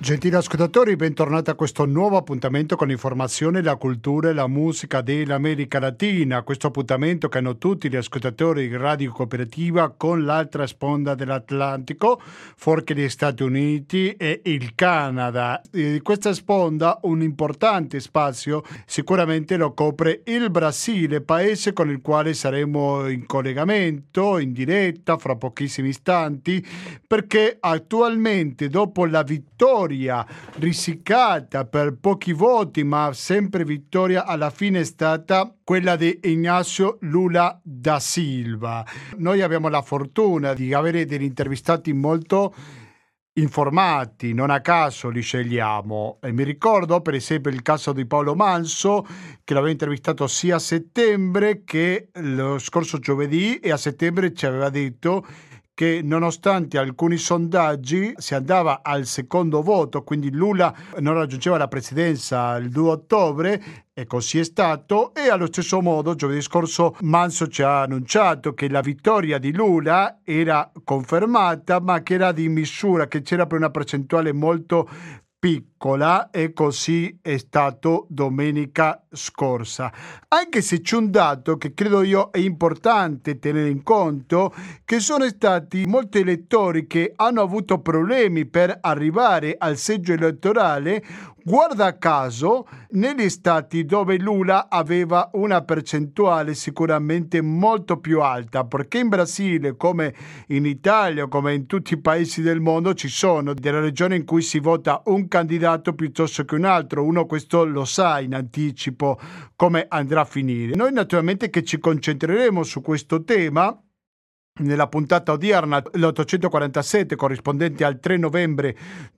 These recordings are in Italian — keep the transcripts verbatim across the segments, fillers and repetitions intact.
Gentili ascoltatori, bentornati a questo nuovo appuntamento con l'informazione, la cultura e la musica dell'America Latina. Questo appuntamento che hanno tutti gli ascoltatori di Radio Cooperativa con l'altra sponda dell'Atlantico, fuorché gli Stati Uniti e il Canada. Di questa sponda un importante spazio sicuramente lo copre il Brasile, paese con il quale saremo in collegamento, in diretta, fra pochissimi istanti, perché attualmente dopo la vittoria risicata per pochi voti, ma sempre vittoria alla fine è stata quella di Ignacio Lula da Silva. Noi abbiamo la fortuna di avere degli intervistati molto informati, non a caso li scegliamo. E mi ricordo per esempio il caso di Paolo Manso, che l'avevo intervistato sia a settembre che lo scorso giovedì, e a settembre ci aveva detto che nonostante alcuni sondaggi si andava al secondo voto, quindi Lula non raggiungeva la presidenza il due ottobre, e così è stato. E allo stesso modo giovedì scorso Manso ci ha annunciato che la vittoria di Lula era confermata, ma che era di misura, che c'era per una percentuale molto piccola, e così è stato domenica scorsa. Anche se c'è un dato che credo io è importante tenere in conto, che sono stati molti elettori che hanno avuto problemi per arrivare al seggio elettorale, guarda caso, negli stati dove Lula aveva una percentuale sicuramente molto più alta, perché in Brasile, come in Italia, come in tutti i paesi del mondo, ci sono delle regioni in cui si vota un candidato piuttosto che un altro. Uno questo lo sa in anticipo come andrà a finire. Noi naturalmente che ci concentreremo su questo tema nella puntata odierna, l'ottocentoquarantasette, corrispondente al tre novembre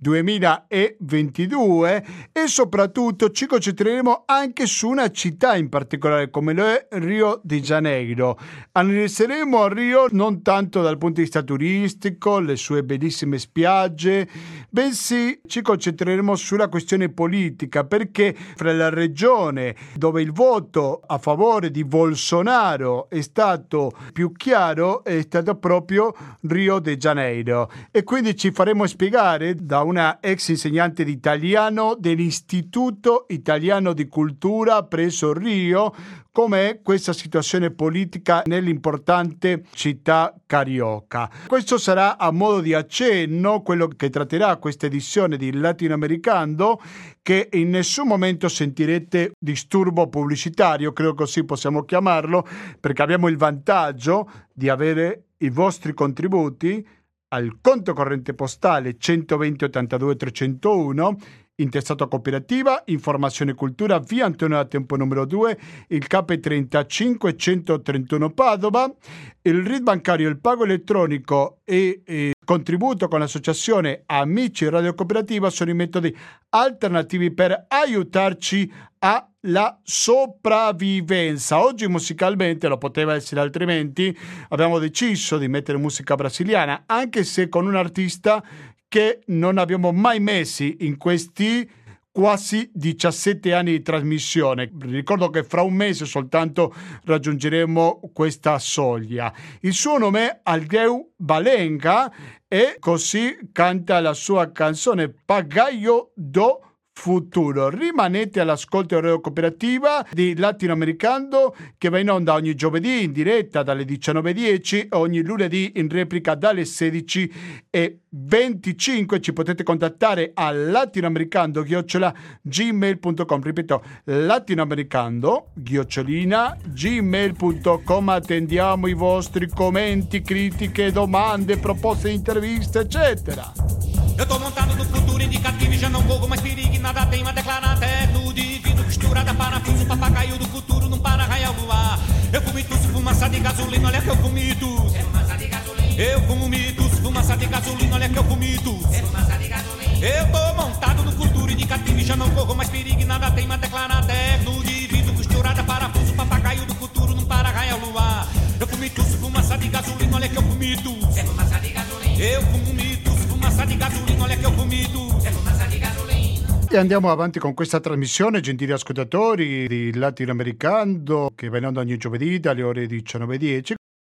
duemilaventidue, e soprattutto ci concentreremo anche su una città in particolare come lo è Rio de Janeiro. Analizzeremo Rio non tanto dal punto di vista turistico, le sue bellissime spiagge, bensì ci concentreremo sulla questione politica, perché fra la regione dove il voto a favore di Bolsonaro è stato più chiaro è stato proprio Rio de Janeiro, e quindi ci faremo spiegare da una ex insegnante di italiano dell'Istituto Italiano di Cultura presso Rio com'è questa situazione politica nell'importante città carioca. Questo sarà a modo di accenno quello che tratterà questa edizione di Latinoamericano, che in nessun momento sentirete disturbo pubblicitario, credo così possiamo chiamarlo, perché abbiamo il vantaggio di avere i vostri contributi al conto corrente postale centoventi ottantadue trecentouno, intestato a Cooperativa Informazione e Cultura, via Antonio da Tempo numero due, il C A P trentacinque centotrentuno Padova. Il R I D bancario, il pago elettronico e il contributo con l'associazione Amici Radio Cooperativa sono i metodi alternativi per aiutarci alla sopravvivenza. Oggi musicalmente, lo poteva essere altrimenti, abbiamo deciso di mettere musica brasiliana, anche se con un artista che non abbiamo mai messi in questi quasi diciassette anni di trasmissione. Ricordo che fra un mese soltanto raggiungeremo questa soglia. Il suo nome è Aldeu Balenga e così canta la sua canzone Pagaio do Futuro. Rimanete all'ascolto Radio Cooperativa di Latinoamericano, che va in onda ogni giovedì in diretta dalle diciannove e dieci e ogni lunedì in replica dalle sedici e venticinque. Ci potete contattare a latinoamericano chiocciola gmail punto com. Ripeto, latinoamericano chiocciolina gmail punto com. Attendiamo i vostri commenti, critiche, domande, proposte di interviste, eccetera. Eu tô montado no futuro indicativo e já não corro mais perigo e nada tem a declarar eterno divino, costurada parafuso, papagaio do futuro num para-raio luar. Eu vomito, fumaça de gasolina, olha que eu vomito. É fumaça de gasolina. Eu vomito, fumaça de gasolina, olha que eu vomito. É fumaça de gasolina. Eu tô montado no futuro indicativo e já não corro mais perigo e nada tem a declarar eterno divino, costurada parafuso, papagaio do futuro num para-raio luar. Eu vomito, fumaça de gasolina, olha que eu vomito. É fumaça de gasolina. Eu vomito, fumaça di gasolina, olha che ho vomito. È fumaça di gasolina. E andiamo avanti con questa trasmissione, gentili ascoltatori di Latinoamericano, che va in onda ogni giovedì dalle ore diciannove e dieci.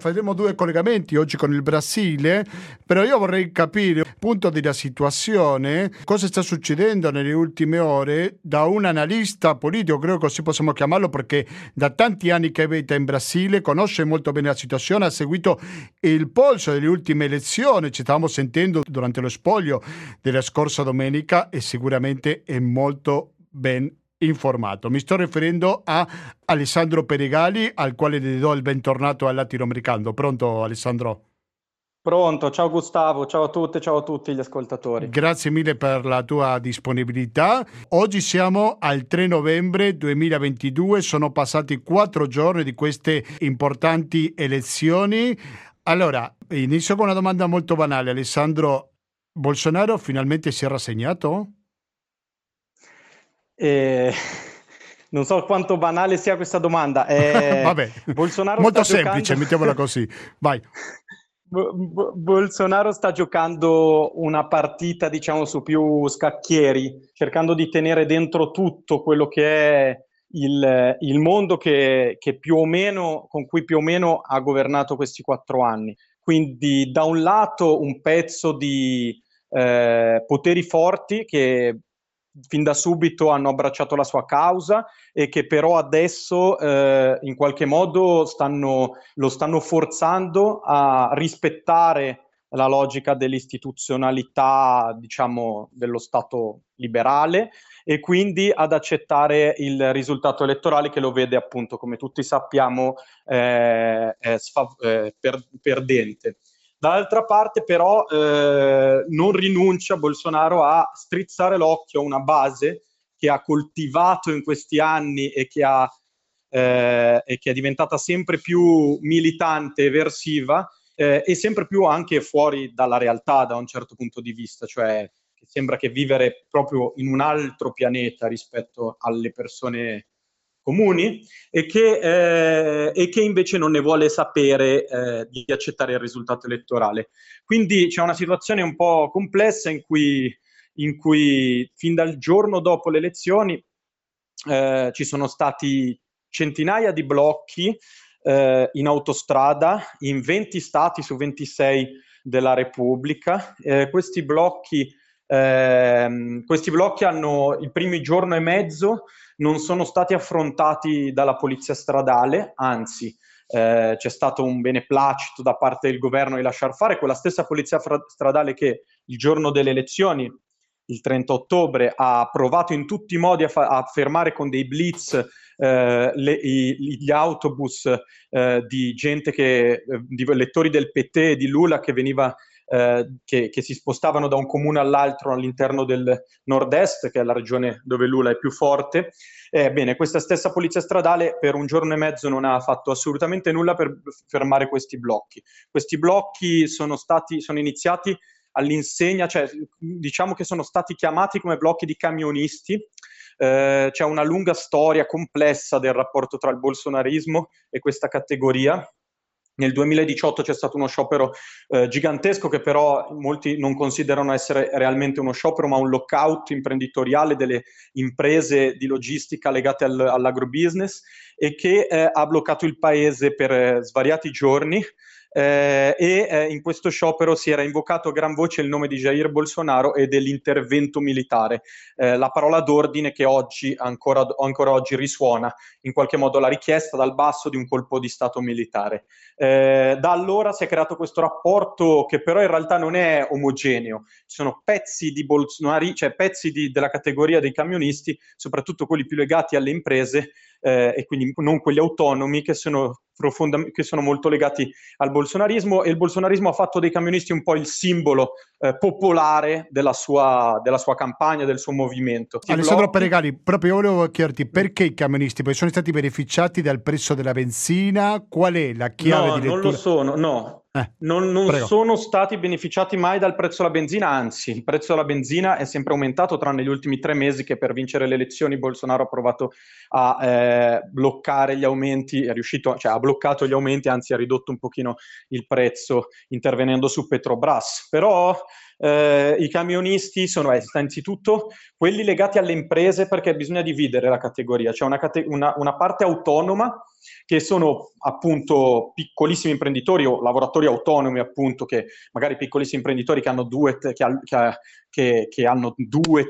faremo due collegamenti oggi con il Brasile, però io vorrei capire il punto della situazione, cosa sta succedendo nelle ultime ore da un analista politico, credo così possiamo chiamarlo, perché da tanti anni che abita in Brasile, conosce molto bene la situazione, ha seguito il polso delle ultime elezioni, ci stavamo sentendo durante lo spoglio della scorsa domenica e sicuramente è molto ben informato. Mi sto riferendo a Alessandro Peregali, al quale le do il bentornato al Latinoamericano. Pronto, Alessandro? Pronto, ciao Gustavo, ciao a tutte, ciao a tutti gli ascoltatori. Grazie mille per la tua disponibilità. Oggi siamo al tre novembre duemilaventidue, sono passati quattro giorni di queste importanti elezioni. Allora, inizio con una domanda molto banale. Alessandro, Bolsonaro finalmente si è rassegnato? Eh, non so quanto banale sia questa domanda. Eh, Vabbè, Bolsonaro molto sta semplice, giocando... mettiamola così. Vai. Bo- Bolsonaro sta giocando una partita, diciamo, su più scacchieri, cercando di tenere dentro tutto quello che è il, il mondo che, che più o meno, con cui più o meno ha governato questi quattro anni. Quindi, da un lato, un pezzo di eh, poteri forti che fin da subito hanno abbracciato la sua causa e che però adesso eh, in qualche modo stanno, lo stanno forzando a rispettare la logica dell'istituzionalità, diciamo, dello Stato liberale e quindi ad accettare il risultato elettorale che lo vede appunto, come tutti sappiamo, eh, eh, sfav- eh, per- perdente. Dall'altra parte però eh, non rinuncia Bolsonaro a strizzare l'occhio a una base che ha coltivato in questi anni e che, ha, eh, e che è diventata sempre più militante, eversiva eh, e sempre più anche fuori dalla realtà da un certo punto di vista, cioè che sembra che vivere proprio in un altro pianeta rispetto alle persone comuni e che, eh, e che invece non ne vuole sapere eh, di accettare il risultato elettorale. Quindi c'è una situazione un po' complessa in cui, in cui fin dal giorno dopo le elezioni eh, ci sono stati centinaia di blocchi eh, in autostrada in venti stati su ventisei della Repubblica. Eh, questi blocchi eh, questi blocchi hanno il primo giorno e mezzo non sono stati affrontati dalla polizia stradale, anzi eh, c'è stato un beneplacito da parte del governo di lasciar fare quella stessa polizia fra- stradale che il giorno delle elezioni, il trenta ottobre, ha provato in tutti i modi a, fa- a fermare con dei blitz eh, le, i, gli autobus eh, di gente che, eh, di elettori del P T e di Lula che veniva Eh, che, che si spostavano da un comune all'altro all'interno del nord-est, che è la regione dove Lula è più forte. Ebbene, questa stessa polizia stradale per un giorno e mezzo non ha fatto assolutamente nulla per fermare questi blocchi. Questi blocchi sono stati, sono iniziati all'insegna, cioè diciamo che sono stati chiamati come blocchi di camionisti. Eh, c'è una lunga storia complessa del rapporto tra il bolsonarismo e questa categoria. Nel duemiladiciotto c'è stato uno sciopero eh, gigantesco che però molti non considerano essere realmente uno sciopero ma un lockout imprenditoriale delle imprese di logistica legate al, all'agrobusiness e che eh, ha bloccato il paese per eh, svariati giorni. Eh, e eh, in questo sciopero si era invocato a gran voce il nome di Jair Bolsonaro e dell'intervento militare, eh, la parola d'ordine che oggi ancora, ancora oggi risuona in qualche modo la richiesta dal basso di un colpo di stato militare. Eh, da allora si è creato questo rapporto che però in realtà non è omogeneo, ci sono pezzi di Bolsonaro, cioè pezzi di, della categoria dei camionisti, soprattutto quelli più legati alle imprese eh, e quindi non quelli autonomi che sono Profondam- che sono molto legati al bolsonarismo, e il bolsonarismo ha fatto dei camionisti un po' il simbolo eh, popolare della sua, della sua campagna, del suo movimento. Alessandro Peregali, proprio io volevo chiederti perché i camionisti, perché sono stati beneficiati dal prezzo della benzina, qual è la chiave no, di lettura? Non lo sono, no. Eh, non non prego. sono stati beneficiati mai dal prezzo della benzina, anzi il prezzo della benzina è sempre aumentato tranne gli ultimi tre mesi che per vincere le elezioni Bolsonaro ha provato a eh, bloccare gli aumenti, è riuscito, cioè ha bloccato gli aumenti, anzi ha ridotto un pochino il prezzo intervenendo su Petrobras, però eh, i camionisti sono eh, innanzitutto quelli legati alle imprese, perché bisogna dividere la categoria. C'è una, cate- una, una parte autonoma, che sono appunto piccolissimi imprenditori o lavoratori autonomi, appunto, che magari piccolissimi imprenditori che hanno due, che, che, che, che hanno due,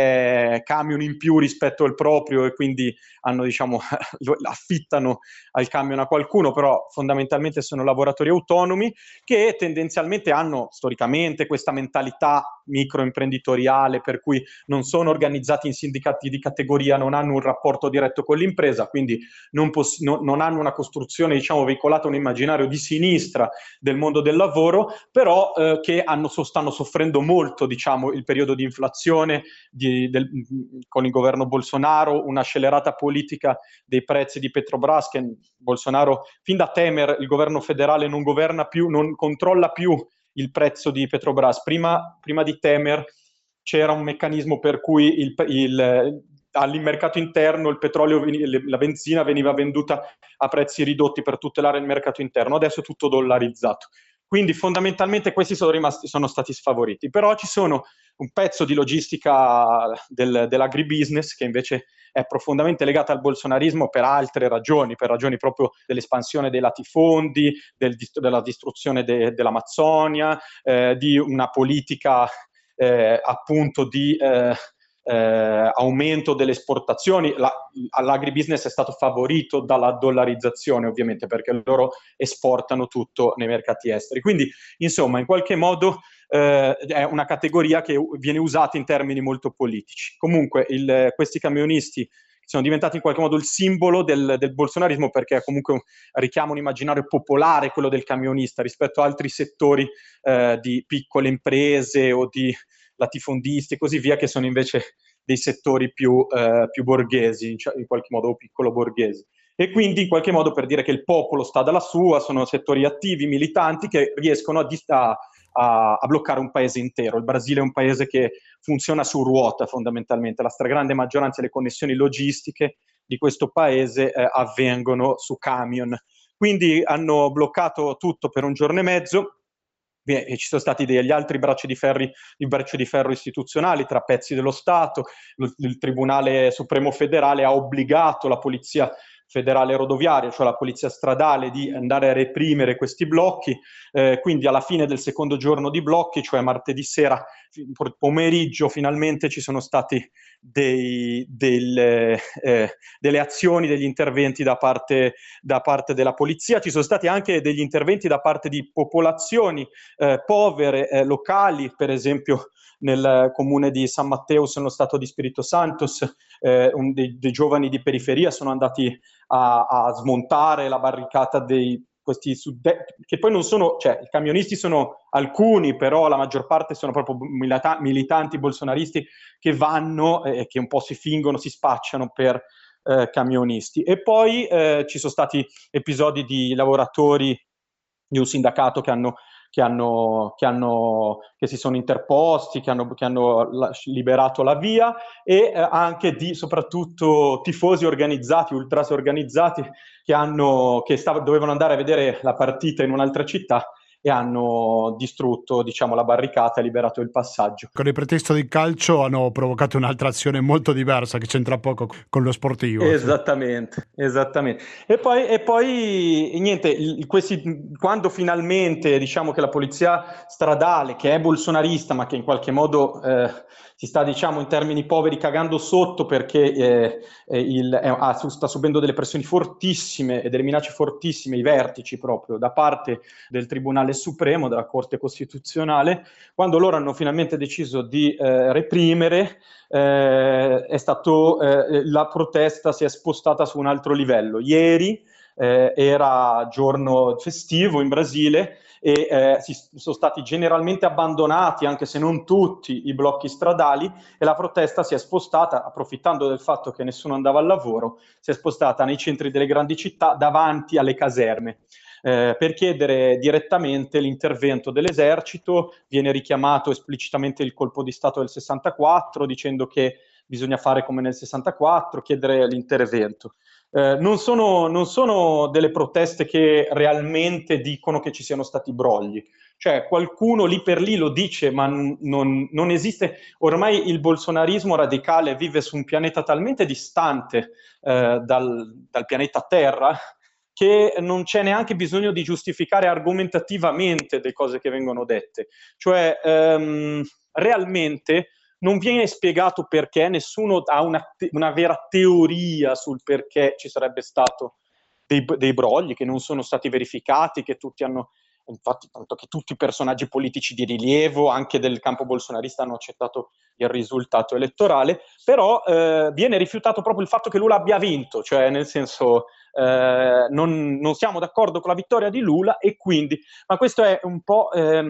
tre camion in più rispetto al proprio e quindi hanno, diciamo, affittano al camion a qualcuno, però fondamentalmente sono lavoratori autonomi che tendenzialmente hanno storicamente questa mentalità microimprenditoriale, per cui non sono organizzati in sindicati di categoria, non hanno un rapporto diretto con l'impresa, quindi non, poss- no, non hanno una costruzione, diciamo, veicolata, un immaginario di sinistra del mondo del lavoro, però eh, che hanno, stanno soffrendo molto, diciamo, il periodo di inflazione di, del, con il governo Bolsonaro, una scellerata politica dei prezzi di Petrobras, che Bolsonaro, fin da Temer, il governo federale non governa più, non controlla più il prezzo di Petrobras. Prima, prima di Temer c'era un meccanismo per cui il, il, all'mercato interno il petrolio, la benzina veniva venduta a prezzi ridotti per tutelare il mercato interno, adesso è tutto dollarizzato. Quindi fondamentalmente questi sono rimasti, sono stati sfavoriti, però ci sono un pezzo di logistica del, dell'agribusiness che invece è profondamente legata al bolsonarismo per altre ragioni, per ragioni proprio dell'espansione dei latifondi, del, della distruzione de, dell'Amazzonia, eh, di una politica eh, appunto di eh, eh, aumento delle esportazioni. La, l'agribusiness è stato favorito dalla dollarizzazione, ovviamente, perché loro esportano tutto nei mercati esteri. Quindi, insomma, in qualche modo eh, è una categoria che viene usata in termini molto politici. Comunque, il, questi camionisti sono diventati in qualche modo il simbolo del, del bolsonarismo, perché comunque richiama un immaginario popolare, quello del camionista, rispetto a altri settori eh, di piccole imprese o di latifondisti e così via, che sono invece dei settori più, eh, più borghesi, cioè in qualche modo piccolo borghesi. E quindi in qualche modo per dire che il popolo sta dalla sua, sono settori attivi, militanti, che riescono a, a, a, a bloccare un paese intero. Il Brasile è un paese che funziona su ruota fondamentalmente, la stragrande maggioranza delle connessioni logistiche di questo paese eh, avvengono su camion. Quindi hanno bloccato tutto per un giorno e mezzo, e ci sono stati degli altri bracci di, ferri, di braccio di ferro istituzionali tra pezzi dello Stato. Il, il Tribunale Supremo Federale ha obbligato la Polizia Federale Rodoviaria, cioè la Polizia Stradale, di andare a reprimere questi blocchi. Eh, quindi alla fine del secondo giorno di blocchi, cioè martedì sera, pomeriggio, finalmente ci sono stati dei, del, eh, delle azioni, degli interventi da parte, da parte della polizia. Ci sono stati anche degli interventi da parte di popolazioni eh, povere, eh, locali, per esempio nel comune di San Matteo, nello stato di Spirito Santo, eh, un dei, dei giovani di periferia sono andati a, a smontare la barricata dei questi sudde- che poi non sono, cioè i camionisti sono alcuni, però la maggior parte sono proprio milita- militanti bolsonaristi che vanno e eh, che un po' si fingono, si spacciano per eh, camionisti. E poi eh, ci sono stati episodi di lavoratori di un sindacato che hanno Che, hanno, che, hanno, che si sono interposti, che hanno, che hanno la, liberato la via, e eh, anche di soprattutto tifosi organizzati, ultras organizzati, che, hanno, che stav- dovevano andare a vedere la partita in un'altra città e hanno distrutto, diciamo, la barricata e liberato il passaggio. Con il pretesto di calcio hanno provocato un'altra azione molto diversa che c'entra poco con lo sportivo. Esattamente, sì. esattamente. E poi, e poi niente, questi, quando finalmente diciamo che la polizia stradale, che è bolsonarista ma che in qualche modo eh, si sta, diciamo, in termini poveri cagando sotto, perché eh, il, è, ah, sta subendo delle pressioni fortissime e delle minacce fortissime, i vertici proprio, da parte del Tribunale Supremo, della Corte Costituzionale, quando loro hanno finalmente deciso di eh, reprimere, eh, è stato, eh, la protesta si è spostata su un altro livello. Ieri eh, era giorno festivo in Brasile, e eh, si sono stati generalmente abbandonati, anche se non tutti, i blocchi stradali, e la protesta si è spostata, approfittando del fatto che nessuno andava al lavoro, si è spostata nei centri delle grandi città, davanti alle caserme, eh, per chiedere direttamente l'intervento dell'esercito. Viene richiamato esplicitamente il colpo di Stato del sessantaquattro, dicendo che bisogna fare come nel sessantaquattro, chiedere l'intervento. eh, non sono, non sono delle proteste che realmente dicono che ci siano stati brogli. Cioè qualcuno lì per lì lo dice, ma n- non, non esiste. Ormai il bolsonarismo radicale vive su un pianeta talmente distante eh, dal, dal pianeta Terra che non c'è neanche bisogno di giustificare argomentativamente le cose che vengono dette. Cioè, ehm, realmente non viene spiegato perché, nessuno ha una, te- una vera teoria sul perché ci sarebbe stato dei, dei brogli che non sono stati verificati, che tutti hanno, infatti, tanto che tutti i personaggi politici di rilievo, anche del campo bolsonarista, hanno accettato il risultato elettorale, però eh, viene rifiutato proprio il fatto che Lula abbia vinto, cioè nel senso eh, non, non siamo d'accordo con la vittoria di Lula e quindi, ma questo è un po' eh,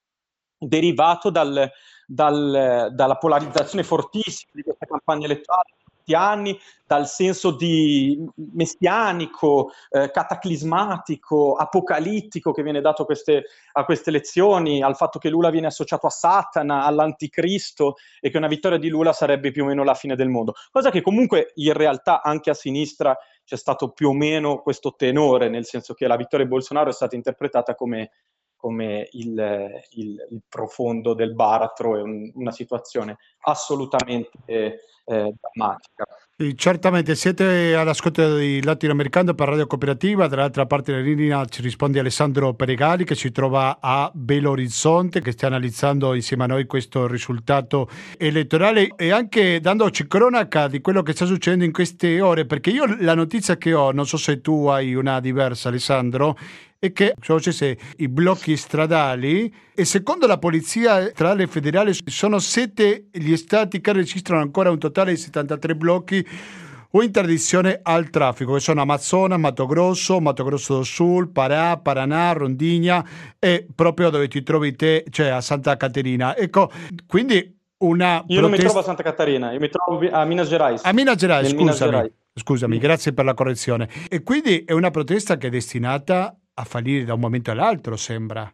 derivato dal, dal, dalla polarizzazione fortissima di questa campagna elettorale di questi anni, dal senso di messianico, eh, cataclismatico, apocalittico che viene dato a queste, a queste elezioni, al fatto che Lula viene associato a Satana, all'anticristo e che una vittoria di Lula sarebbe più o meno la fine del mondo. Cosa che comunque in realtà anche a sinistra c'è stato più o meno questo tenore, nel senso che la vittoria di Bolsonaro è stata interpretata come come il, il, il profondo del baratro, è un, una situazione assolutamente eh, eh, drammatica. Sì, certamente siete all'ascolto di Latinoamericano per Radio Cooperativa, dall'altra parte della linea ci risponde Alessandro Peregali che si trova a Belo Horizonte, che sta analizzando insieme a noi questo risultato elettorale e anche dandoci cronaca di quello che sta succedendo in queste ore, perché io la notizia che ho, non so se tu hai una diversa Alessandro, è che se i blocchi stradali e secondo la polizia stradale federale sono sette gli stati che registrano ancora un totale di settantatré blocchi o interdizione al traffico, che sono Amazonas, Mato Grosso, Mato Grosso do Sul, Pará, Paraná, Rondigna e proprio dove ti trovi te, cioè a Santa Caterina. Ecco, quindi una Io protesta... non mi trovo a Santa Caterina, io mi trovo a Minas Gerais. A Minas Gerais, scusami. Minas Gerais. Scusami, grazie per la correzione. E quindi è una protesta che è destinata a fallire da un momento all'altro, sembra.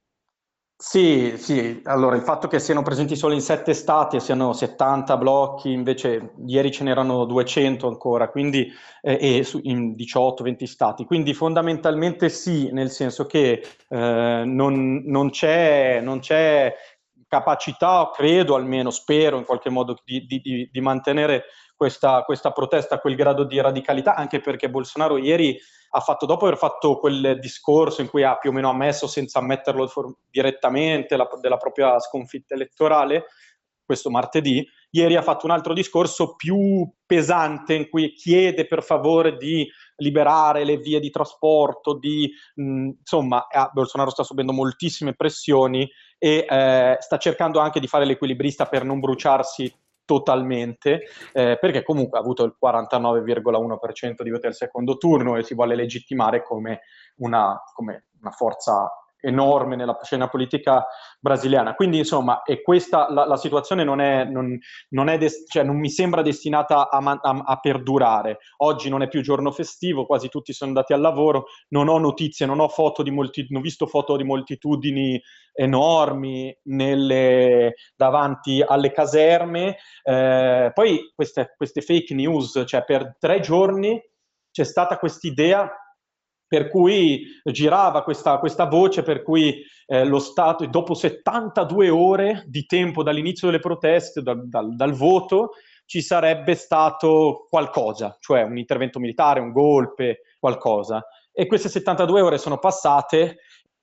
Sì, sì, allora il fatto che siano presenti solo in sette stati e siano settanta blocchi, invece ieri ce n'erano duecento ancora, quindi eh, e su, in diciotto venti stati, quindi fondamentalmente sì, nel senso che eh, non, non c'è, non c'è capacità, credo almeno, spero in qualche modo, di, di, di mantenere questa, questa protesta a quel grado di radicalità, anche perché Bolsonaro ieri ha fatto, dopo aver fatto quel discorso in cui ha più o meno ammesso, senza ammetterlo for- direttamente, la, della propria sconfitta elettorale, questo martedì, ieri ha fatto un altro discorso più pesante in cui chiede per favore di liberare le vie di trasporto, di, mh, insomma, eh, Bolsonaro sta subendo moltissime pressioni e eh, sta cercando anche di fare l'equilibrista per non bruciarsi totalmente, eh, perché comunque ha avuto il quarantanove virgola uno per cento di voti al secondo turno e si vuole legittimare come una, come una forza enorme nella scena politica brasiliana. Quindi insomma, e questa, la, la situazione non è, non, non è des- cioè, non mi sembra destinata a, man- a, a perdurare. Oggi non è più giorno festivo, quasi tutti sono andati al lavoro, non ho notizie, non ho foto di molti, non ho visto foto di moltitudini enormi nelle, davanti alle caserme. Eh, poi queste, queste fake news, cioè per tre giorni c'è stata quest'idea per cui girava questa, questa voce per cui eh, lo Stato, dopo settantadue ore di tempo dall'inizio delle proteste, dal, dal, dal voto, ci sarebbe stato qualcosa, cioè un intervento militare, un golpe, qualcosa. E queste settantadue ore sono passate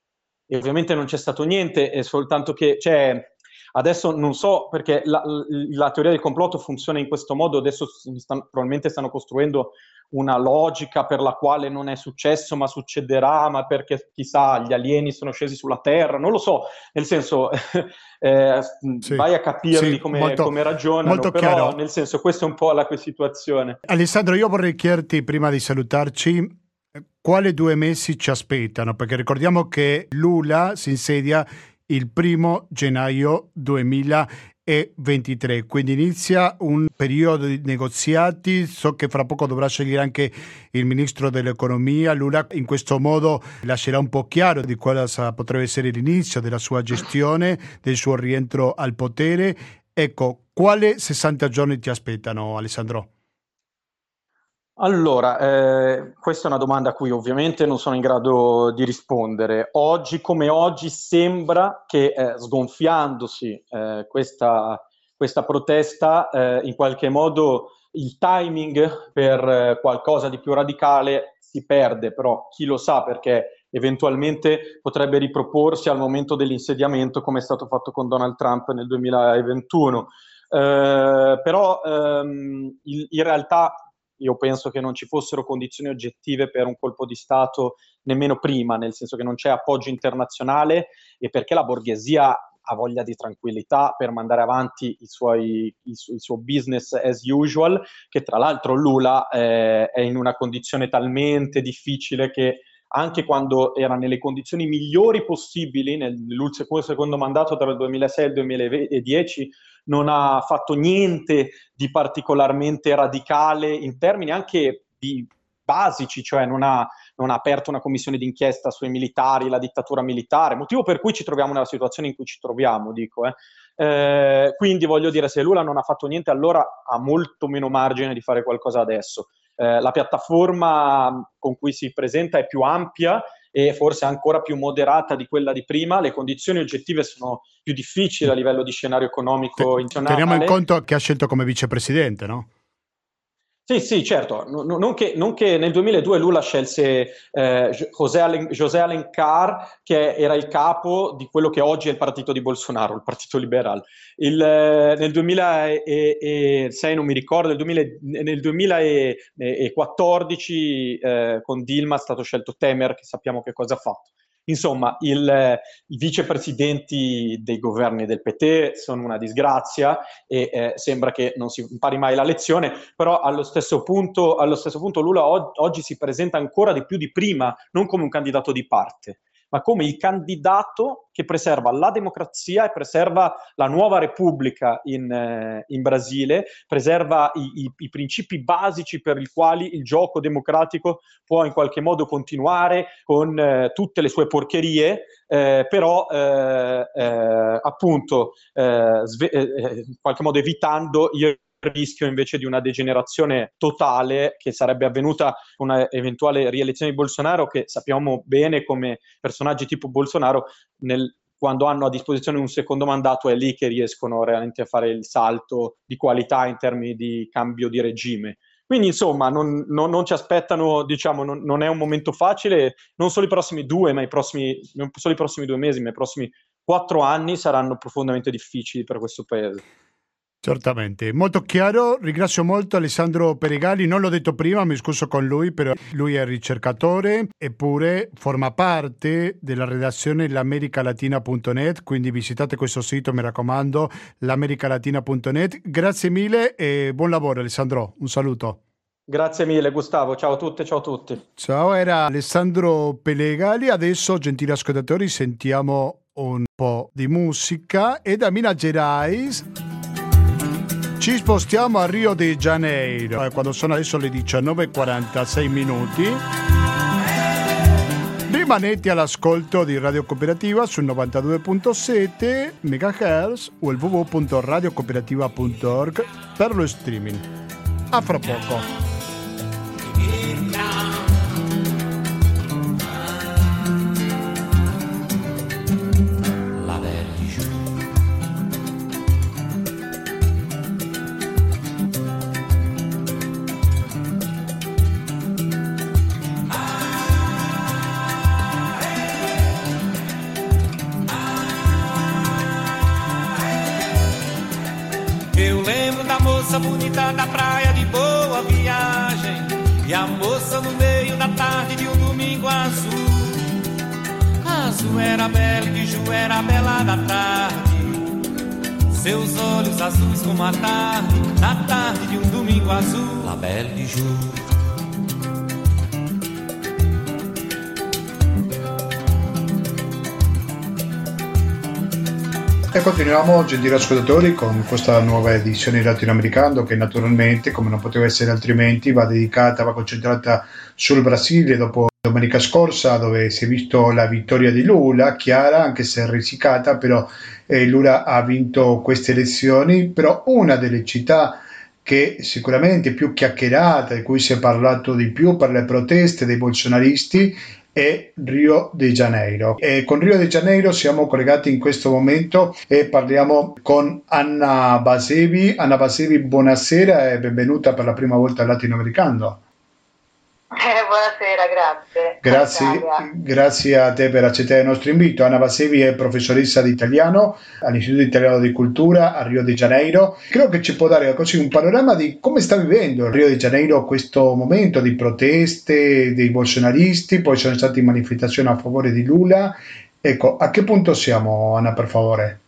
e ovviamente non c'è stato niente, è soltanto che cioè, adesso non so perché la, la teoria del complotto funziona in questo modo, adesso stanno, probabilmente stanno costruendo una logica per la quale non è successo ma succederà, ma perché chissà gli alieni sono scesi sulla Terra, non lo so, nel senso eh, Sì, vai a capirli sì, come, molto, come ragionano, molto però chiaro. nel senso questa è un po' la situazione. Alessandro, io vorrei chiederti prima di salutarci quali due mesi ci aspettano, perché ricordiamo che Lula si insedia il primo gennaio duemilaventitré, quindi inizia un periodo di negoziati, so che fra poco dovrà scegliere anche il ministro dell'economia. Lula in questo modo lascerà un po' chiaro di quale potrebbe essere l'inizio della sua gestione, del suo rientro al potere. Ecco, quali sessanta giorni ti aspettano, Alessandro? Allora, eh, questa è una domanda a cui ovviamente non sono in grado di rispondere. Oggi come oggi sembra che eh, sgonfiandosi eh, questa, questa protesta, eh, in qualche modo il timing per eh, qualcosa di più radicale si perde, però chi lo sa, perché eventualmente potrebbe riproporsi al momento dell'insediamento come è stato fatto con Donald Trump nel duemilaventuno. Eh, però ehm, il, in realtà io penso che non ci fossero condizioni oggettive per un colpo di Stato nemmeno prima, nel senso che non c'è appoggio internazionale e perché la borghesia ha voglia di tranquillità per mandare avanti i suoi, il, su, il suo business as usual, che tra l'altro Lula eh, è in una condizione talmente difficile che anche quando era nelle condizioni migliori possibili nel, nel secondo mandato tra il duemilasei e il duemiladieci, non ha fatto niente di particolarmente radicale in termini anche di basici, cioè non ha, non ha aperto una commissione d'inchiesta sui militari, la dittatura militare, motivo per cui ci troviamo nella situazione in cui ci troviamo, dico. Eh. Eh, quindi voglio dire, se Lula non ha fatto niente, allora ha molto meno margine di fare qualcosa adesso. Eh, la piattaforma con cui si presenta è più ampia e forse ancora più moderata di quella di prima, le condizioni oggettive sono più difficili a livello di scenario economico internazionale. Teniamo in conto che ha scelto come vicepresidente, no? Sì, sì, certo, no, no, non, che, non che nel duemiladue Lula scelse eh, José, Alen, José Alencar, che era il capo di quello che oggi è il partito di Bolsonaro, il partito liberale. Il, eh, nel duemilasei, non mi ricordo, nel, duemila, nel duemilaquattordici eh, con Dilma è stato scelto Temer, che sappiamo che cosa ha fatto. Insomma, il, i vicepresidenti dei governi del P T sono una disgrazia e eh, sembra che non si impari mai la lezione, però allo stesso punto, allo stesso punto Lula o- oggi si presenta ancora di più di prima, non come un candidato di parte, ma come il candidato che preserva la democrazia e preserva la nuova repubblica in, eh, in Brasile, preserva i, i, i principi basici per i quali il gioco democratico può in qualche modo continuare con eh, tutte le sue porcherie, eh, però eh, eh, appunto eh, sve- eh, in qualche modo evitando il rischio invece di una degenerazione totale che sarebbe avvenuta con una eventuale rielezione di Bolsonaro, che sappiamo bene come personaggi tipo Bolsonaro nel, quando hanno a disposizione un secondo mandato è lì che riescono realmente a fare il salto di qualità in termini di cambio di regime. Quindi insomma non, non, non ci aspettano, diciamo, non, non è un momento facile, non solo i prossimi due, ma i prossimi, non solo i prossimi due mesi, ma i prossimi quattro anni saranno profondamente difficili per questo paese. Certamente, molto chiaro, ringrazio molto Alessandro Peregali, non l'ho detto prima, mi scuso con lui, però lui è ricercatore eppure forma parte della redazione l'americalatina punto net, quindi visitate questo sito, mi raccomando, l'americalatina punto net. Grazie mille e buon lavoro Alessandro, un saluto. Grazie mille Gustavo, ciao a tutte, ciao a tutti. Ciao, era Alessandro Peregali, adesso gentili ascoltatori sentiamo un po' di musica e da Minas Gerais ci spostiamo a Rio de Janeiro, quando sono adesso le diciannove e quarantasei minuti. Rimanete all'ascolto di Radio Cooperativa sul novantadue virgola sette megahertz o il w w w punto radio cooperativa punto org per lo streaming. A fra poco. Moça bonita da praia de Boa Viagem e a moça no meio da tarde de um domingo azul. Azul era bela e Ju era bela da tarde, seus olhos azuis como a tarde, na tarde de um domingo azul. La Belle de Ju. E continuiamo, gentili ascoltatori, con questa nuova edizione di Latinoamericano che naturalmente, come non poteva essere altrimenti, va dedicata, va concentrata sul Brasile dopo domenica scorsa, dove si è visto la vittoria di Lula, chiara anche se risicata, però eh, Lula ha vinto queste elezioni, però una delle città che sicuramente più chiacchierata, di cui si è parlato di più per le proteste dei bolsonaristi, è Rio de Janeiro. E con Rio de Janeiro siamo collegati in questo momento e parliamo con Anna Basevi. Anna Basevi, buonasera e benvenuta per la prima volta al Latinoamericano. Eh, buonasera, grazie. Grazie, grazie a te per accettare il nostro invito. Anna Basevi è professoressa di italiano all'Istituto Italiano di Cultura a Rio de Janeiro. Credo che ci può dare così un panorama di come sta vivendo Rio de Janeiro questo momento di proteste dei bolsonaristi, poi sono state manifestazioni a favore di Lula. Ecco, a che punto siamo, Anna, per favore?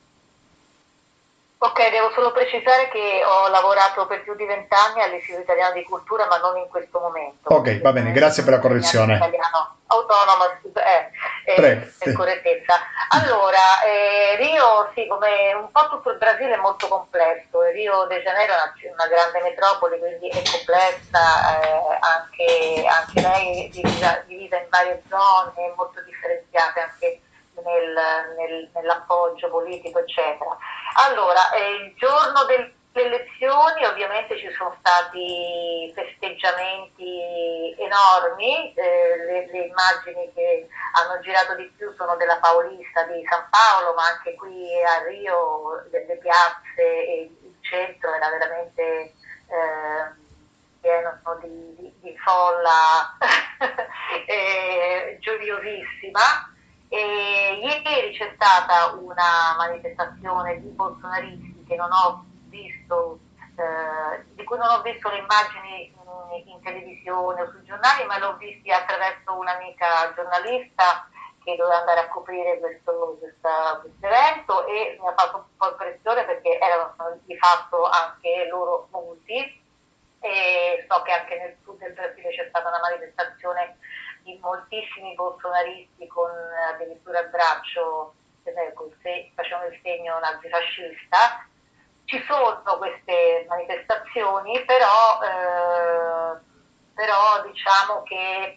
Ok, devo solo precisare che ho lavorato per più di vent'anni all'Istituto Italiano di Cultura, ma non in questo momento. Ok, va bene, grazie per la correzione. Italiano autonomo, eh, eh, per correttezza. Allora, eh, Rio, sì, come un po' tutto il Brasile è molto complesso. Rio de Janeiro è una, una grande metropoli, quindi è complessa, eh, anche, anche lei è divisa, divisa in varie zone, molto differenziate anche Nel, nel, nell'appoggio politico, eccetera. Allora, eh, il giorno delle elezioni ovviamente ci sono stati festeggiamenti enormi, eh, le, le immagini che hanno girato di più sono della Paulista di San Paolo, ma anche qui a Rio le piazze e il centro era veramente eh, pieno di, di, di folla eh, gioiosissima. E ieri c'è stata una manifestazione di bolsonaristi che non ho visto, eh, di cui non ho visto le immagini in, in televisione o sui giornali, ma l'ho visti attraverso un'amica giornalista che doveva andare a coprire questo, questa, questo evento, e mi ha fatto un po' impressione perché erano di fatto anche loro molti, e so che anche nel sud del Brasile c'è stata una manifestazione di moltissimi bolsonaristi con addirittura il braccio eh, col se- facevano il segno nazifascista. Ci sono queste manifestazioni, però, eh, però diciamo che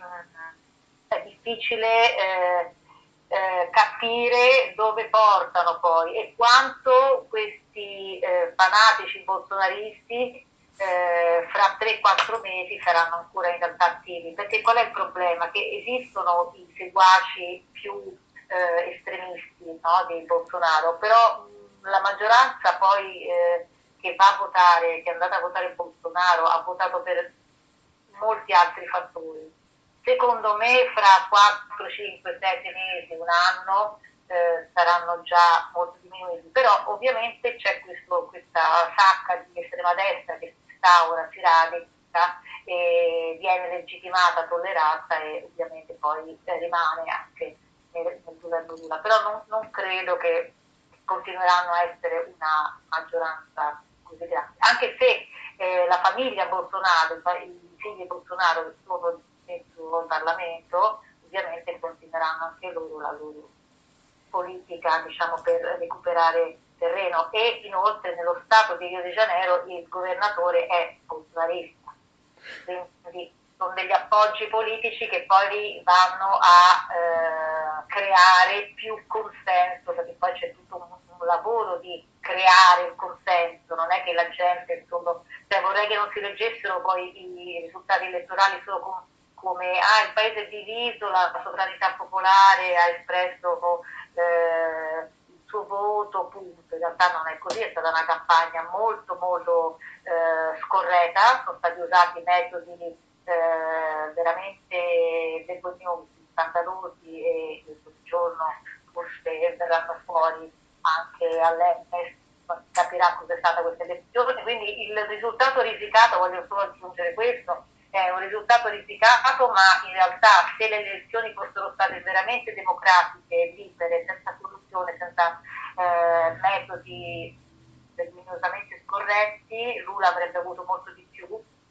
mh, è difficile eh, eh, capire dove portano poi e quanto questi eh, fanatici bolsonaristi Eh, fra tre quattro mesi saranno ancora in realtà attivi, perché qual è il problema? Che esistono i seguaci più eh, estremisti, no, di Bolsonaro, però mh, la maggioranza poi eh, che va a votare, che è andata a votare Bolsonaro, ha votato per molti altri fattori. Secondo me fra quattro, cinque, sette mesi, un anno eh, saranno già molto diminuiti, però ovviamente c'è questo, questa sacca di estrema destra che ora si radica e viene legittimata, tollerata e ovviamente poi eh, rimane anche nel, nel governo Lula, però non, non credo che continueranno a essere una maggioranza così grande, anche se eh, la famiglia Bolsonaro, i figli Bolsonaro che sono dentro il Parlamento, ovviamente continueranno anche loro la loro politica, diciamo, per recuperare terreno, e inoltre nello stato di Rio de Janeiro il governatore è bolsonarista, quindi sono degli appoggi politici che poi vanno a eh, creare più consenso, perché poi c'è tutto un, un lavoro di creare il consenso, non è che la gente, insomma, cioè vorrei che non si leggessero poi i risultati elettorali solo com- come ah, il paese è diviso, la sovranità popolare ha espresso eh, suo voto, punto. In realtà non è così, è stata una campagna molto molto eh, scorretta, sono stati usati metodi eh, veramente vergognosi, scandalosi, e questo giorno forse verranno fuori anche all'E M S, capirà cos'è stata questa elezione, quindi il risultato risicato, voglio solo aggiungere questo, è un risultato risicato, ma in realtà se le elezioni fossero state veramente democratiche, libere, senza corruzione, senza eh, metodi vergognosamente scorretti, Lula avrebbe avuto molto di più,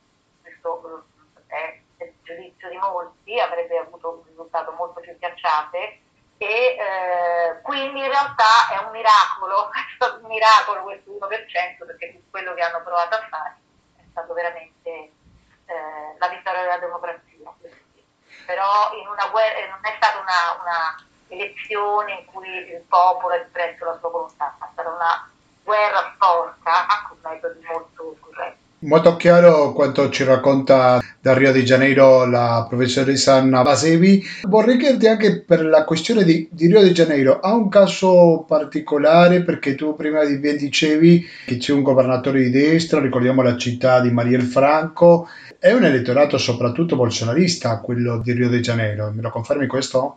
questo è il giudizio di molti, avrebbe avuto un risultato molto più piacciante, e eh, quindi in realtà è un miracolo, è stato un miracolo questo uno per cento, perché quello che hanno provato a fare è stato veramente Eh, la vittoria della democrazia, però in una guerra non è stata una, una elezione in cui il popolo ha espresso la sua volontà, è stata una guerra sporca con metodi molto corretti. Molto chiaro quanto ci racconta da Rio de Janeiro la professoressa Anna Basevi. Vorrei chiederti anche per la questione di, di Rio de Janeiro, ha un caso particolare perché tu prima di ben dicevi che c'è un governatore di destra, ricordiamo la città di Marielle Franco, è un elettorato soprattutto bolsonarista quello di Rio de Janeiro, me lo confermi questo?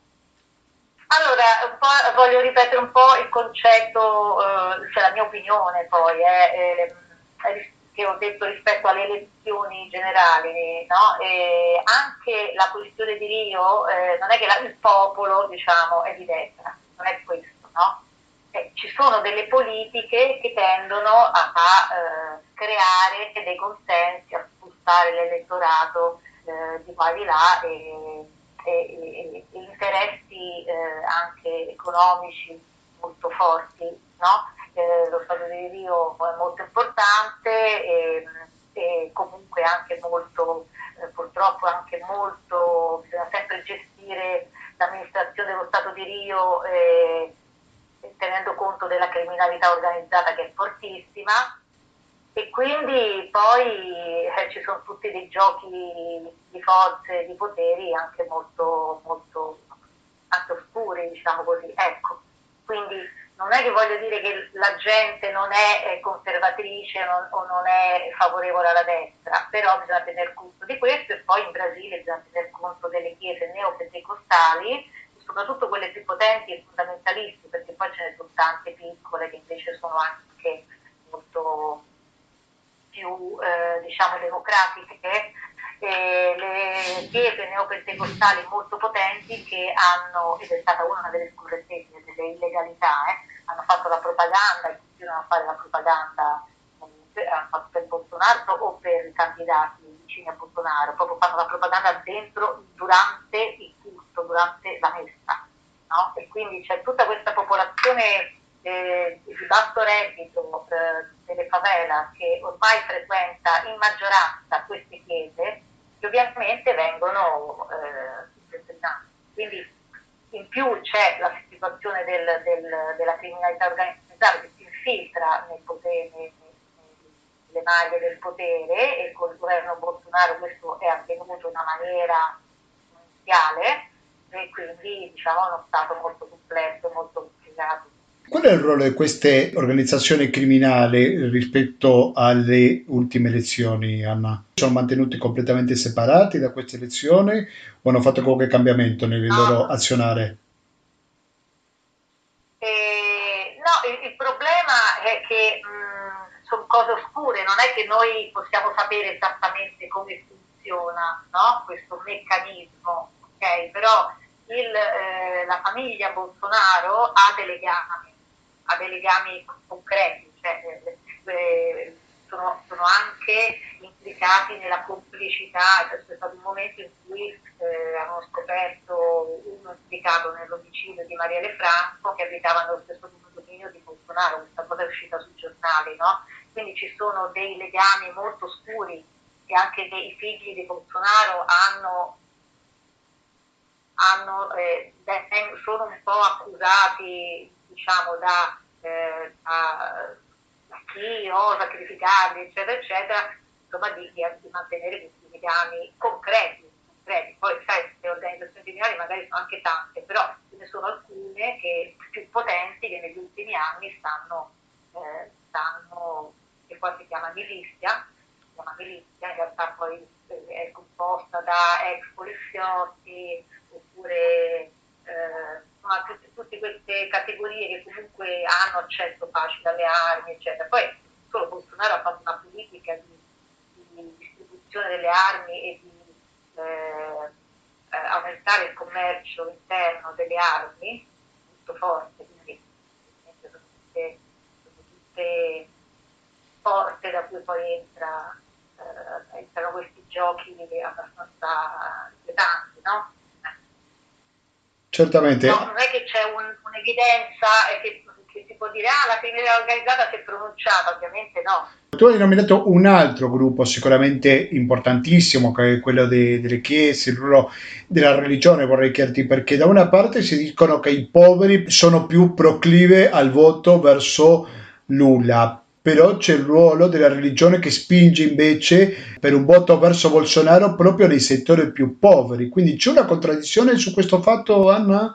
Allora, un po' voglio ripetere un po' il concetto, eh, cioè la mia opinione poi, eh, eh, che ho detto rispetto alle elezioni generali, no? E anche la questione di Rio, eh, non è che la, il popolo, diciamo, è di destra, non è questo, no? Eh, ci sono delle politiche che tendono a, a eh, creare dei consensi, a spostare l'elettorato eh, di qua e di là e, e, e, e interessi eh, anche economici molto forti, no? Eh, lo Stato di Rio è molto importante e, e comunque anche molto, eh, purtroppo anche molto, bisogna sempre gestire l'amministrazione dello Stato di Rio eh, tenendo conto della criminalità organizzata che è fortissima e quindi poi eh, ci sono tutti dei giochi di forze, di poteri anche molto, molto anche oscuri, diciamo così, ecco. Quindi non è che voglio dire che la gente non è conservatrice non, o non è favorevole alla destra, però bisogna tener conto di questo e poi in Brasile bisogna tener conto delle chiese neopentecostali, soprattutto quelle più potenti e fondamentalisti, perché poi ce ne sono tante piccole che invece sono anche molto più eh, diciamo democratiche. E le chiese neopentecostali molto potenti che hanno, ed è stata una delle scorrettezze, delle illegalità, eh, hanno fatto la propaganda e continuano a fare la propaganda eh, hanno fatto per Bolsonaro o per i candidati vicini a Bolsonaro, proprio fanno la propaganda dentro, durante il culto, durante la messa, no? E quindi c'è tutta questa popolazione eh, di basso reddito eh, delle favela che ormai frequenta in maggioranza queste chiese che ovviamente vengono eh, quindi in più c'è la situazione del, del, della criminalità organizzata che si infiltra nel potere, nelle maglie del potere e col governo Bolsonaro questo è avvenuto in una maniera iniziale e quindi diciamo è uno stato molto complesso, molto complicato. Qual è il ruolo di queste organizzazioni criminali rispetto alle ultime elezioni, Anna? Sono mantenuti completamente separati da queste elezioni o hanno fatto qualche cambiamento nel no. loro azionare? Eh, no, il, il problema è che mh, sono cose oscure, non è che noi possiamo sapere esattamente come funziona, no? Questo meccanismo, ok? Però il, eh, la famiglia Bolsonaro ha dei legami. a dei legami concreti, cioè, eh, sono, sono anche implicati nella complicità, c'è stato un momento in cui eh, hanno scoperto uno implicato nell'omicidio di Marielle Franco che abitava nello stesso condominio di Bolsonaro, questa cosa è uscita sui giornali, no? Quindi ci sono dei legami molto oscuri che anche dei figli di Bolsonaro hanno hanno, eh, sono un po' accusati diciamo da, eh, da, da chi osa criticarli eccetera eccetera, insomma di, di, di mantenere questi legami concreti, concreti. Poi sai, le organizzazioni criminali magari sono anche tante, però ce ne sono alcune che più potenti che negli ultimi anni stanno, eh, stanno che poi si chiama milizia, si chiama milizia, in realtà poi è composta da ex poliziotti oppure eh, tutte, tutte queste categorie che comunque hanno accesso facile alle armi, eccetera. Poi solo Bolsonaro ha fatto una politica di, di distribuzione delle armi e di eh, eh, aumentare il commercio interno delle armi molto forte, quindi sono tutte, sono tutte porte da cui poi entra, eh, entrano questi giochi abbastanza inquietanti, no? Certamente. No, non è che c'è un, un'evidenza che, che si può dire ah la criminalità organizzata si è pronunciata, ovviamente no. Tu hai nominato un altro gruppo sicuramente importantissimo che è quello de, delle chiese, il ruolo della religione, vorrei chiederti perché da una parte si dicono che i poveri sono più proclive al voto verso Lula, però c'è il ruolo della religione che spinge invece per un voto verso Bolsonaro proprio nei settori più poveri. Quindi c'è una contraddizione su questo fatto, Anna?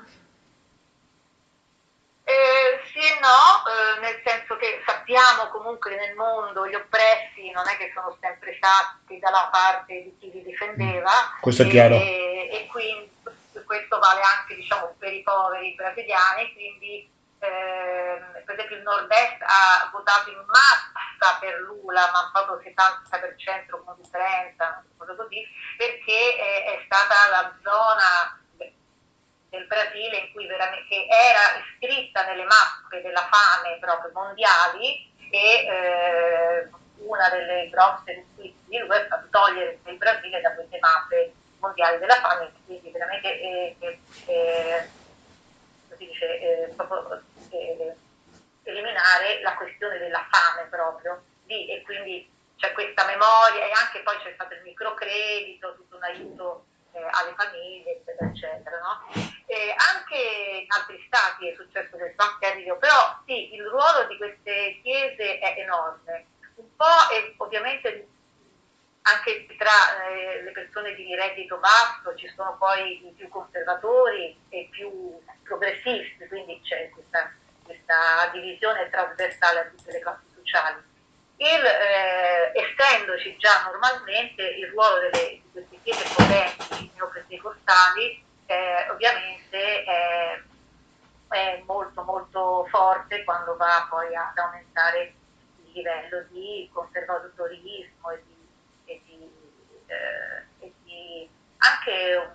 Eh, sì e no, eh, nel senso che sappiamo comunque che nel mondo gli oppressi non è che sono sempre stati dalla parte di chi li difendeva, Questo è e, chiaro. e, e quindi questo vale anche, diciamo, per i poveri brasiliani, quindi ehm, per esempio il nord-est ha votato in massa per Lula, ma proprio settanta per cento con differenza, cosa così, perché è, è stata la zona del Brasile in cui veramente, che era iscritta nelle mappe della fame proprio mondiali, e eh, una delle grosse sfide di lui è stato togliere il Brasile da queste mappe mondiali della fame, quindi veramente eh, eh, eh, si dice, eh, proprio, eh, eliminare la questione della fame proprio lì, e quindi c'è questa memoria, e anche poi c'è stato il microcredito, tutto un aiuto eh, alle famiglie, eccetera, eccetera, no? Eh, anche in altri stati è successo del Rio, però sì, il ruolo di queste chiese è enorme, un po' è ovviamente anche tra eh, le persone di reddito basso ci sono poi i più conservatori e più progressisti, quindi c'è questa, questa divisione trasversale a tutte le classi sociali. Il, eh, essendoci già normalmente il ruolo delle, di queste chiese potenti neopentecostali, eh, ovviamente è, è molto molto forte quando va poi ad aumentare il livello di conservatorismo e di E di, eh, e di anche,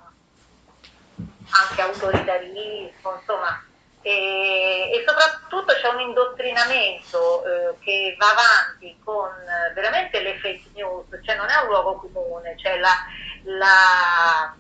anche autoritarismo, insomma, e, e soprattutto c'è un indottrinamento eh, che va avanti con eh, veramente le fake news, cioè non è un luogo comune, cioè la, la,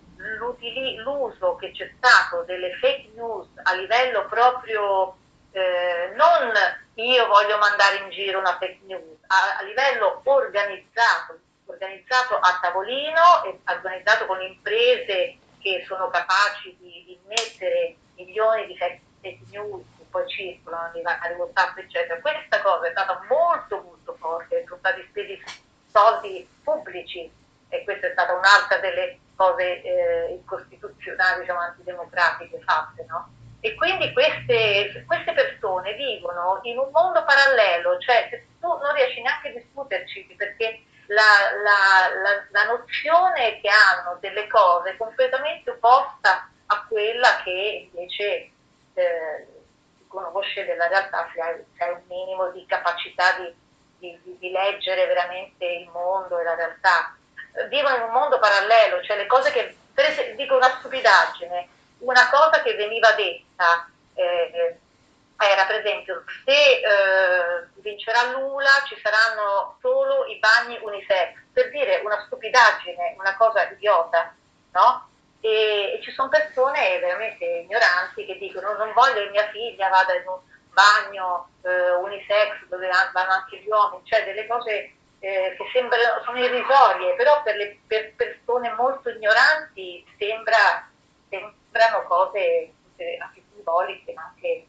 l'uso che c'è stato delle fake news a livello proprio eh, non io voglio mandare in giro una fake news, a, a livello organizzato, organizzato a tavolino e organizzato con imprese che sono capaci di, di mettere milioni di fake news che poi circolano nei vari WhatsApp, eccetera. Questa cosa è stata molto molto forte, sono stati spesi soldi pubblici, e questa è stata un'altra delle cose eh, incostituzionali, diciamo, antidemocratiche fatte, no? E quindi queste, queste persone vivono in un mondo parallelo, cioè se tu non riesci neanche a discuterci, perché la, la, la, la nozione che hanno delle cose è completamente opposta a quella che invece eh, si conosce della realtà, se hai, se hai un minimo di capacità di, di, di, di leggere veramente il mondo e la realtà. Vivono in un mondo parallelo, cioè le cose che, per esempio, dico una stupidaggine, una cosa che veniva detta eh, era, per esempio, se eh, vincerà Lula ci saranno solo i bagni unisex, per dire una stupidaggine, una cosa idiota, no? E, e ci sono persone veramente ignoranti che dicono non voglio che mia figlia vada in un bagno eh, unisex dove vanno anche gli uomini, cioè delle cose eh, che sembrano, sono irrisorie, però per le per persone molto ignoranti sembra sembrano cose anche simboliche, ma anche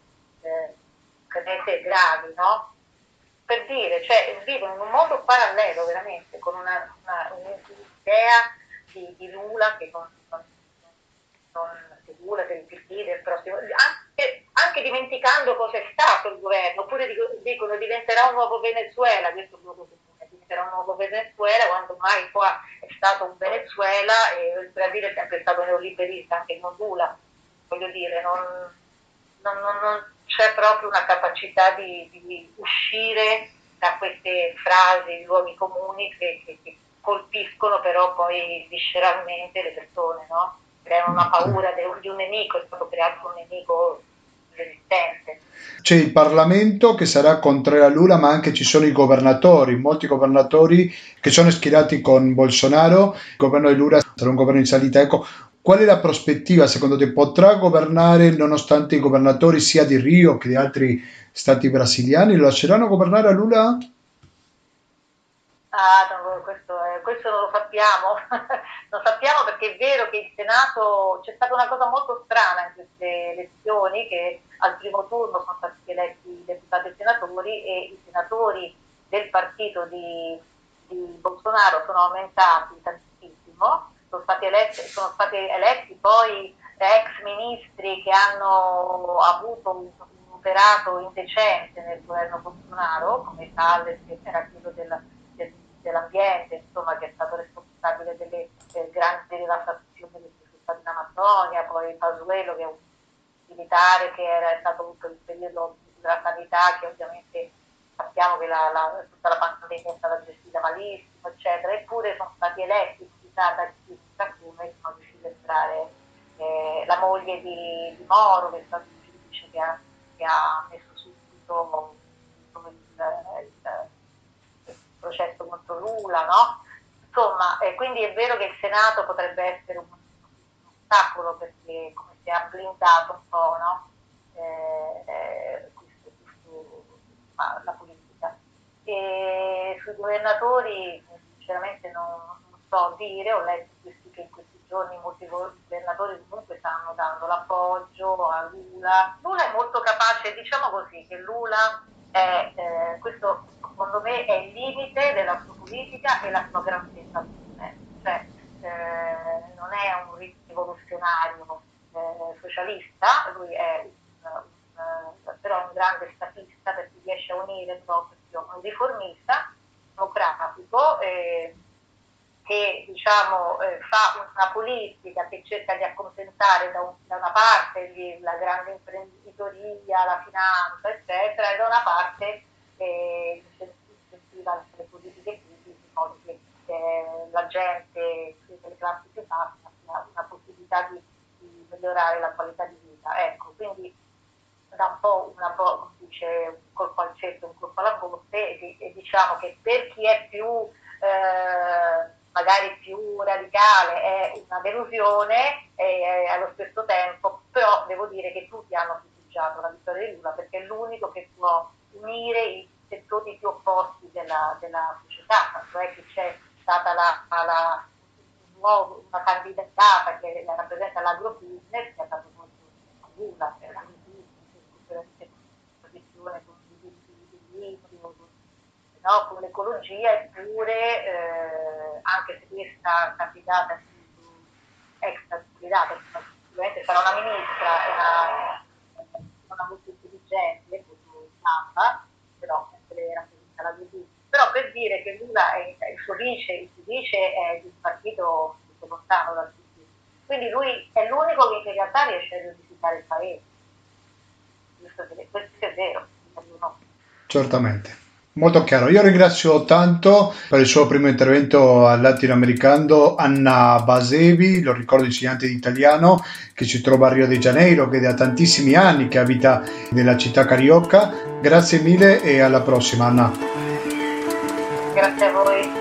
eh, gravi, no? Per dire, cioè vivono in un mondo parallelo veramente, con una, una, un'idea di, di Lula che non, non, non di Lula, del P D, del prossimo, anche, anche dimenticando cosa è stato il governo, oppure dicono diventerà un nuovo Venezuela, questo è un nuovo comune, diventerà un nuovo Venezuela, quando mai qua è stato un Venezuela e il Brasile è sempre stato neoliberista, anche non Lula, voglio dire, non, non, non, non c'è proprio una capacità di, di uscire da queste frasi, luoghi comuni che, che, che colpiscono però poi visceralmente le persone, no? Creano una paura di un nemico, è stato creato un nemico resistente. C'è il Parlamento che sarà contrario a Lula, ma anche ci sono i governatori, molti governatori che sono schierati con Bolsonaro. Il governo di Lula sarà un governo in salita. Ecco, qual è la prospettiva, secondo te? Potrà governare nonostante i governatori sia di Rio che di altri stati brasiliani? Lo lasceranno governare a Lula? Ah, no, questo, è, questo non lo sappiamo, lo sappiamo perché è vero che il Senato, c'è stata una cosa molto strana in queste elezioni, che al primo turno sono stati eletti deputati e senatori, e i senatori del partito di, di Bolsonaro sono aumentati tantissimo, sono stati eletti, sono stati eletti poi ex ministri che hanno avuto un, un operato indecente nel governo Bolsonaro, come Salles, che era quello del, del, dell'ambiente, insomma, che è stato responsabile delle, delle grandi rilassazioni che ci sono state in Amazzonia, poi Pasuelo, che è un militare che era stato tutto il periodo della sanità, che ovviamente sappiamo che la, la, tutta la pandemia è stata gestita malissimo, eccetera, eppure sono stati eletti da chi come sono riusciti a entrare eh, la moglie di, di Moro, che è stato un giudice che ha, che ha messo subito il, il, il processo contro Lula, no? Insomma, eh, quindi è vero che il Senato potrebbe essere un, un ostacolo, perché come si è blindato un po', no? eh, eh, questo, questo, ah, la politica. E sui governatori sinceramente non so dire, ho letto questi, che in questi giorni molti governatori comunque stanno dando l'appoggio a Lula. Lula è molto capace, diciamo così, che Lula è, eh, questo secondo me è il limite della sua politica e la sua grandezza, cioè eh, non è un rivoluzionario eh, socialista, lui è un, un, però è un grande statista, perché riesce a unire proprio un riformista, democratico, eh, che diciamo eh, fa una politica che cerca di accontentare da, un, da una parte gli, la grande imprenditoria, la finanza, eccetera, e da una parte eh, incentiva le politiche critiche, in modo che eh, la gente, le classi più basse, abbia una possibilità di, di migliorare la qualità di vita. Ecco, quindi da un po' una bo- dice un colpo al cerchio, un colpo alla botte, e, e diciamo che per chi è più eh, magari più radicale è una delusione, e allo stesso tempo però devo dire che tutti hanno festeggiato la vittoria di Lula, perché è l'unico che può unire i settori più opposti della, della società, cioè che c'è stata la, la, nuovo, una candidata che rappresenta l'agrobusiness, che è stato molto Lula, per l'agrobusiness, posizione con i libri, no, con l'ecologia, eppure eh, anche se questa candidata è extra candidata, sicuramente sarà una ministra, una, una molto intelligente, molto stampa, però sempre rappresenta la giustizia. Però per dire che Lula è il suo vice, il suo vice è di un partito molto lontano dal P D, quindi lui è l'unico che in realtà riesce a riunificare il paese. Questo è vero, no? Certamente. Molto chiaro. Io ringrazio tanto per il suo primo intervento al latinoamericano Anna Basevi, lo ricordo insegnante di italiano che si trova a Rio de Janeiro, che da tantissimi anni che abita nella città carioca. Grazie mille e alla prossima, Anna. Grazie a voi.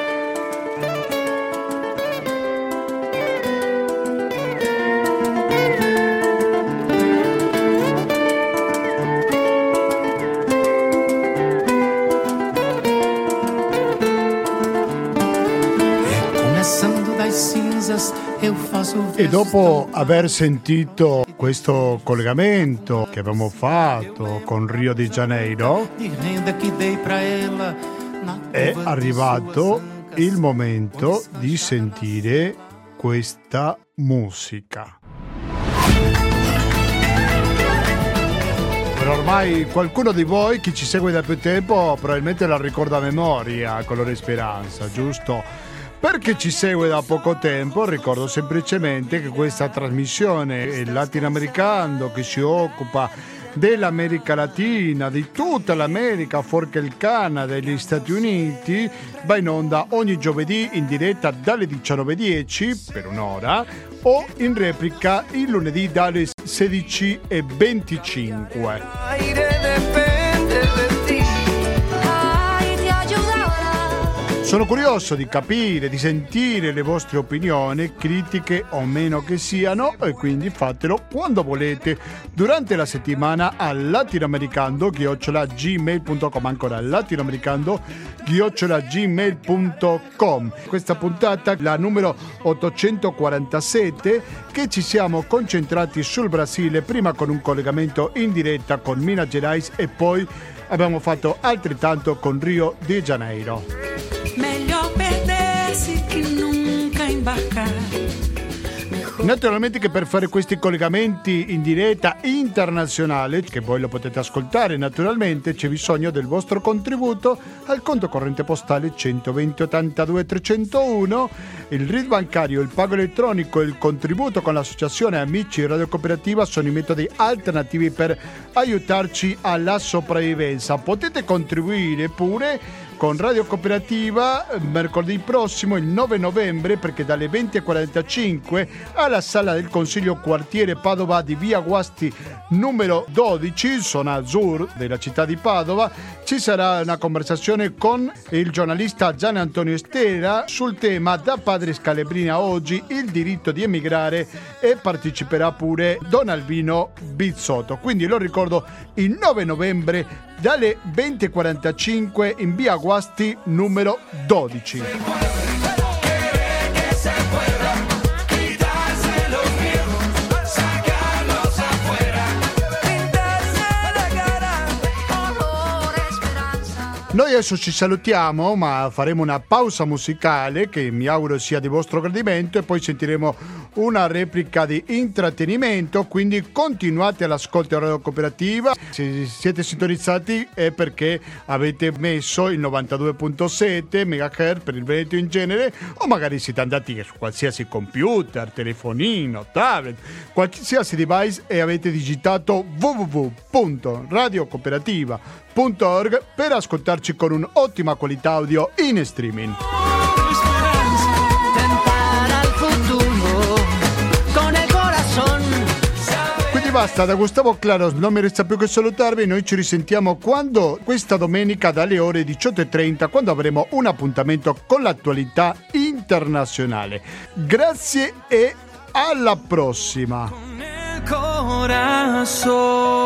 E dopo aver sentito questo collegamento che abbiamo fatto con Rio de Janeiro, è arrivato il momento di sentire questa musica. Per ormai qualcuno di voi, chi ci segue da più tempo, probabilmente la ricorda a memoria, Colore Speranza, giusto? Perché ci segue da poco tempo, ricordo semplicemente che questa trasmissione è latinoamericano, che si occupa dell'America Latina, di tutta l'America, fuorché il Canada e gli Stati Uniti, va in onda ogni giovedì in diretta dalle diciannove e dieci per un'ora o in replica il lunedì dalle sedici e venticinque. Sono curioso di capire, di sentire le vostre opinioni, critiche o meno che siano, e quindi fatelo quando volete durante la settimana a latinoamericando chiocciola gmail punto com, ancora latinoamericando chiocciola gmail punto com. Questa puntata, la numero ottocentoquarantasette, che ci siamo concentrati sul Brasile, prima con un collegamento in diretta con Minas Gerais e poi abbiamo fatto altrettanto con Rio de Janeiro. Meglio perdersi che nunca imbarcare. Naturalmente che per fare questi collegamenti in diretta internazionale, che voi lo potete ascoltare naturalmente, c'è bisogno del vostro contributo al conto corrente postale centoventi ottantadue trecentouno, il R I D bancario, il pago elettronico e il contributo con l'associazione Amici Radio Cooperativa sono i metodi alternativi per aiutarci alla sopravvivenza. Potete contribuire pure con Radio Cooperativa mercoledì prossimo, il nove novembre, perché dalle venti e quarantacinque alla sala del Consiglio Quartiere Padova di via Guasti numero dodici, zona Zur della città di Padova, ci sarà una conversazione con il giornalista Gian Antonio Stella sul tema Da padri scalebrini a oggi, il diritto di emigrare, e parteciperà pure Don Albino Bizzotto. Quindi lo ricordo, il nove novembre dalle venti e quarantacinque in via Guasti numero dodici. Noi adesso ci salutiamo, ma faremo una pausa musicale che mi auguro sia di vostro gradimento, e poi sentiremo una replica di intrattenimento, quindi continuate all'ascolto di Radio Cooperativa. Se siete sintonizzati è perché avete messo il novantadue virgola sette megahertz per il Veneto in genere, o magari siete andati su qualsiasi computer, telefonino, tablet, qualsiasi device e avete digitato w w w punto radio cooperativa punto org per ascoltarci con un'ottima qualità audio in streaming. Quindi basta, da Gustavo Claros non mi resta più che salutarvi. Noi ci risentiamo quando questa domenica dalle ore diciotto e trenta, quando avremo un appuntamento con l'attualità internazionale. Grazie e alla prossima. Con el corazón.